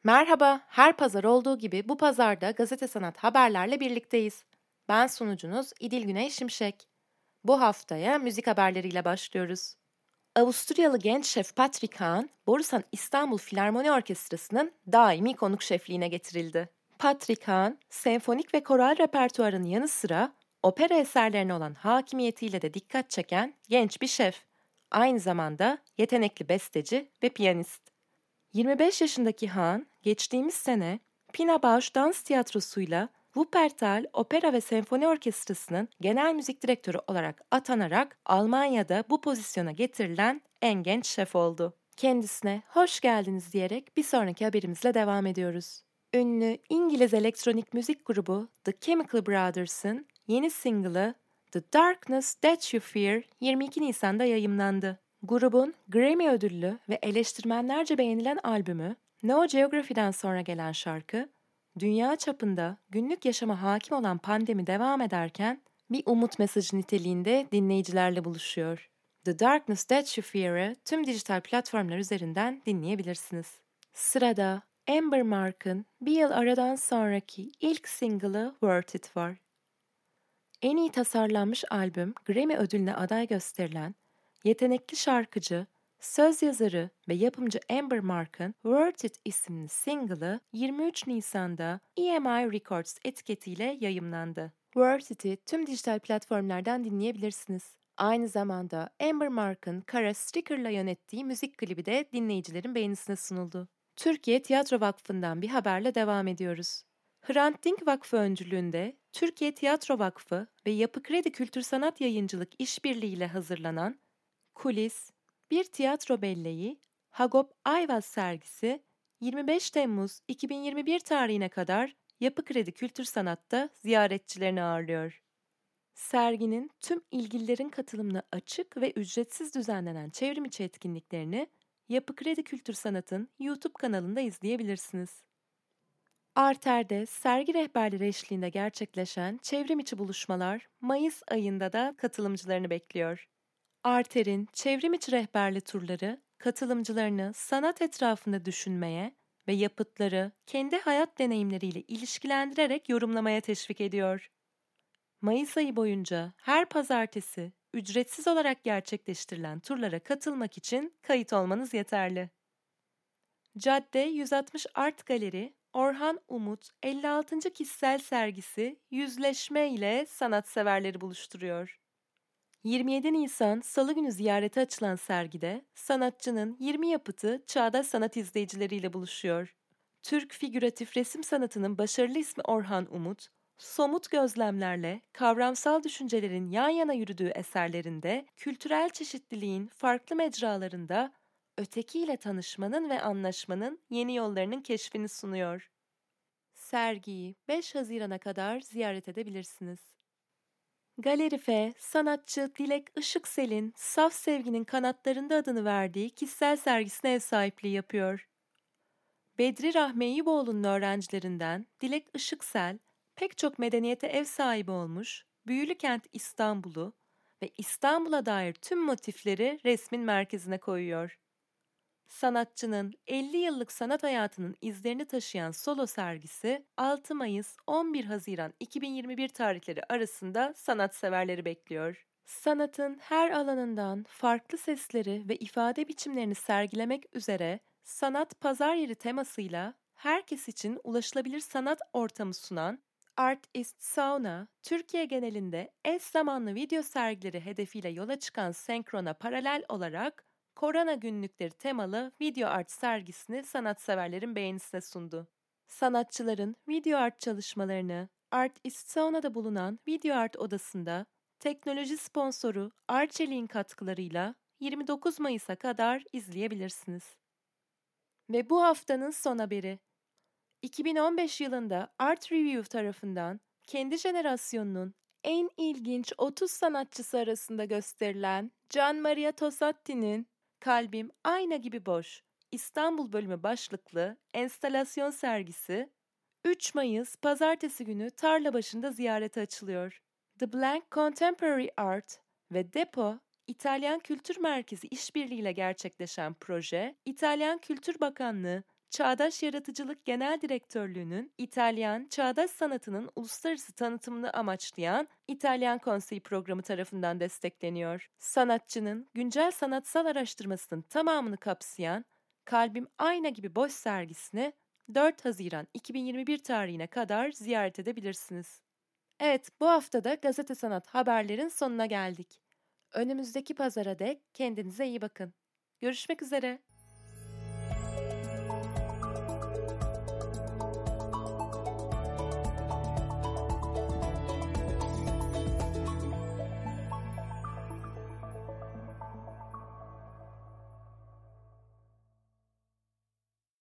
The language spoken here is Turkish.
Merhaba, her pazar olduğu gibi bu pazarda Gazete Sanat haberlerle birlikteyiz. Ben sunucunuz İdil Güney Şimşek. Bu haftaya müzik haberleriyle başlıyoruz. Avusturyalı genç şef Patrick Hahn, Borusan İstanbul Filarmoni Orkestrası'nın daimi konuk şefliğine getirildi. Patrick Hahn, senfonik ve koral repertuarının yanı sıra opera eserlerine olan hakimiyetiyle de dikkat çeken genç bir şef. Aynı zamanda yetenekli besteci ve piyanist. 25 yaşındaki Han, geçtiğimiz sene Pina Bausch Dans Tiyatrosu'yla Wuppertal Opera ve Senfoni Orkestrası'nın genel müzik direktörü olarak atanarak Almanya'da bu pozisyona getirilen en genç şef oldu. Kendisine hoş geldiniz diyerek bir sonraki haberimizle devam ediyoruz. Ünlü İngiliz elektronik müzik grubu The Chemical Brothers'ın yeni single'ı The Darkness That You Fear 22 Nisan'da yayımlandı. Grubun Grammy ödüllü ve eleştirmenlerce beğenilen albümü Neo Geography'den sonra gelen şarkı, dünya çapında günlük yaşama hakim olan pandemi devam ederken bir umut mesajı niteliğinde dinleyicilerle buluşuyor. The Darkness That You Fear'ı tüm dijital platformlar üzerinden dinleyebilirsiniz. Sırada Amber Mark'ın bir yıl aradan sonraki ilk single'ı Worth It var. En iyi tasarlanmış albüm Grammy ödülüne aday gösterilen yetenekli şarkıcı, söz yazarı ve yapımcı Amber Mark'ın Worth It isimli single'ı 23 Nisan'da EMI Records etiketiyle yayımlandı. Worth It'i tüm dijital platformlardan dinleyebilirsiniz. Aynı zamanda Amber Mark'ın Kara Stricker'la yönettiği müzik klibi de dinleyicilerin beğenisine sunuldu. Türkiye Tiyatro Vakfı'ndan bir haberle devam ediyoruz. Hrant Dink Vakfı öncülüğünde Türkiye Tiyatro Vakfı ve Yapı Kredi Kültür Sanat Yayıncılık işbirliğiyle hazırlanan Kulis, Bir Tiyatro Belleği, Hagop Ayvaz sergisi 25 Temmuz 2021 tarihine kadar Yapı Kredi Kültür Sanat'ta ziyaretçilerini ağırlıyor. Serginin tüm ilgililerin katılımına açık ve ücretsiz düzenlenen çevrimiçi etkinliklerini Yapı Kredi Kültür Sanat'ın YouTube kanalında izleyebilirsiniz. Arter'de sergi rehberleri eşliğinde gerçekleşen çevrimiçi buluşmalar Mayıs ayında da katılımcılarını bekliyor. Arter'in çevrimiçi rehberli turları katılımcılarını sanat etrafında düşünmeye ve yapıtları kendi hayat deneyimleriyle ilişkilendirerek yorumlamaya teşvik ediyor. Mayıs ayı boyunca her pazartesi ücretsiz olarak gerçekleştirilen turlara katılmak için kayıt olmanız yeterli. Cadde 160 Art Galeri, Orhan Umut 56. kişisel sergisi Yüzleşme ile sanatseverleri buluşturuyor. 27 Nisan Salı günü ziyarete açılan sergide sanatçının 20 yapıtı çağdaş sanat izleyicileriyle buluşuyor. Türk figüratif resim sanatının başarılı ismi Orhan Umut, somut gözlemlerle kavramsal düşüncelerin yan yana yürüdüğü eserlerinde kültürel çeşitliliğin farklı mecralarında ötekiyle tanışmanın ve anlaşmanın yeni yollarının keşfini sunuyor. Sergiyi 5 Haziran'a kadar ziyaret edebilirsiniz. Galeri F, sanatçı Dilek Işıksel'in Saf Sevginin Kanatlarında adını verdiği kişisel sergisine ev sahipliği yapıyor. Bedri Rahmi Eyüboğlu'nun öğrencilerinden Dilek Işıksel, pek çok medeniyete ev sahibi olmuş, büyülü kent İstanbul'u ve İstanbul'a dair tüm motifleri resmin merkezine koyuyor. Sanatçının 50 yıllık sanat hayatının izlerini taşıyan solo sergisi 6 Mayıs-11 Haziran 2021 tarihleri arasında sanatseverleri bekliyor. Sanatın her alanından farklı sesleri ve ifade biçimlerini sergilemek üzere sanat pazar yeri temasıyla herkes için ulaşılabilir sanat ortamı sunan Art is Sauna, Türkiye genelinde eş zamanlı video sergileri hedefiyle yola çıkan Senkron'a paralel olarak Korona günlükleri temalı video art sergisini sanatseverlerin beğenisine sundu. Sanatçıların video art çalışmalarını Art is Sauna'da bulunan video art odasında teknoloji sponsoru Arçelik'in katkılarıyla 29 Mayıs'a kadar izleyebilirsiniz. Ve bu haftanın son haberi. 2015 yılında Art Review tarafından kendi jenerasyonunun en ilginç 30 sanatçısı arasında gösterilen Gian Maria Tossatti'nin Kalbim Ayna Gibi Boş İstanbul bölümü başlıklı enstalasyon sergisi 3 Mayıs Pazartesi günü Tarlabaşı'nda ziyarete açılıyor. The Blank Contemporary Art ve Depo İtalyan Kültür Merkezi işbirliğiyle gerçekleşen proje, İtalyan Kültür Bakanlığı, Çağdaş Yaratıcılık Genel Direktörlüğü'nün İtalyan çağdaş sanatının uluslararası tanıtımını amaçlayan İtalyan Konseyi programı tarafından destekleniyor. Sanatçının güncel sanatsal araştırmasının tamamını kapsayan Kalbim Ayna Gibi Boş sergisini 4 Haziran 2021 tarihine kadar ziyaret edebilirsiniz. Evet, bu hafta da Gazete Sanat haberlerin sonuna geldik. Önümüzdeki pazara dek kendinize iyi bakın. Görüşmek üzere.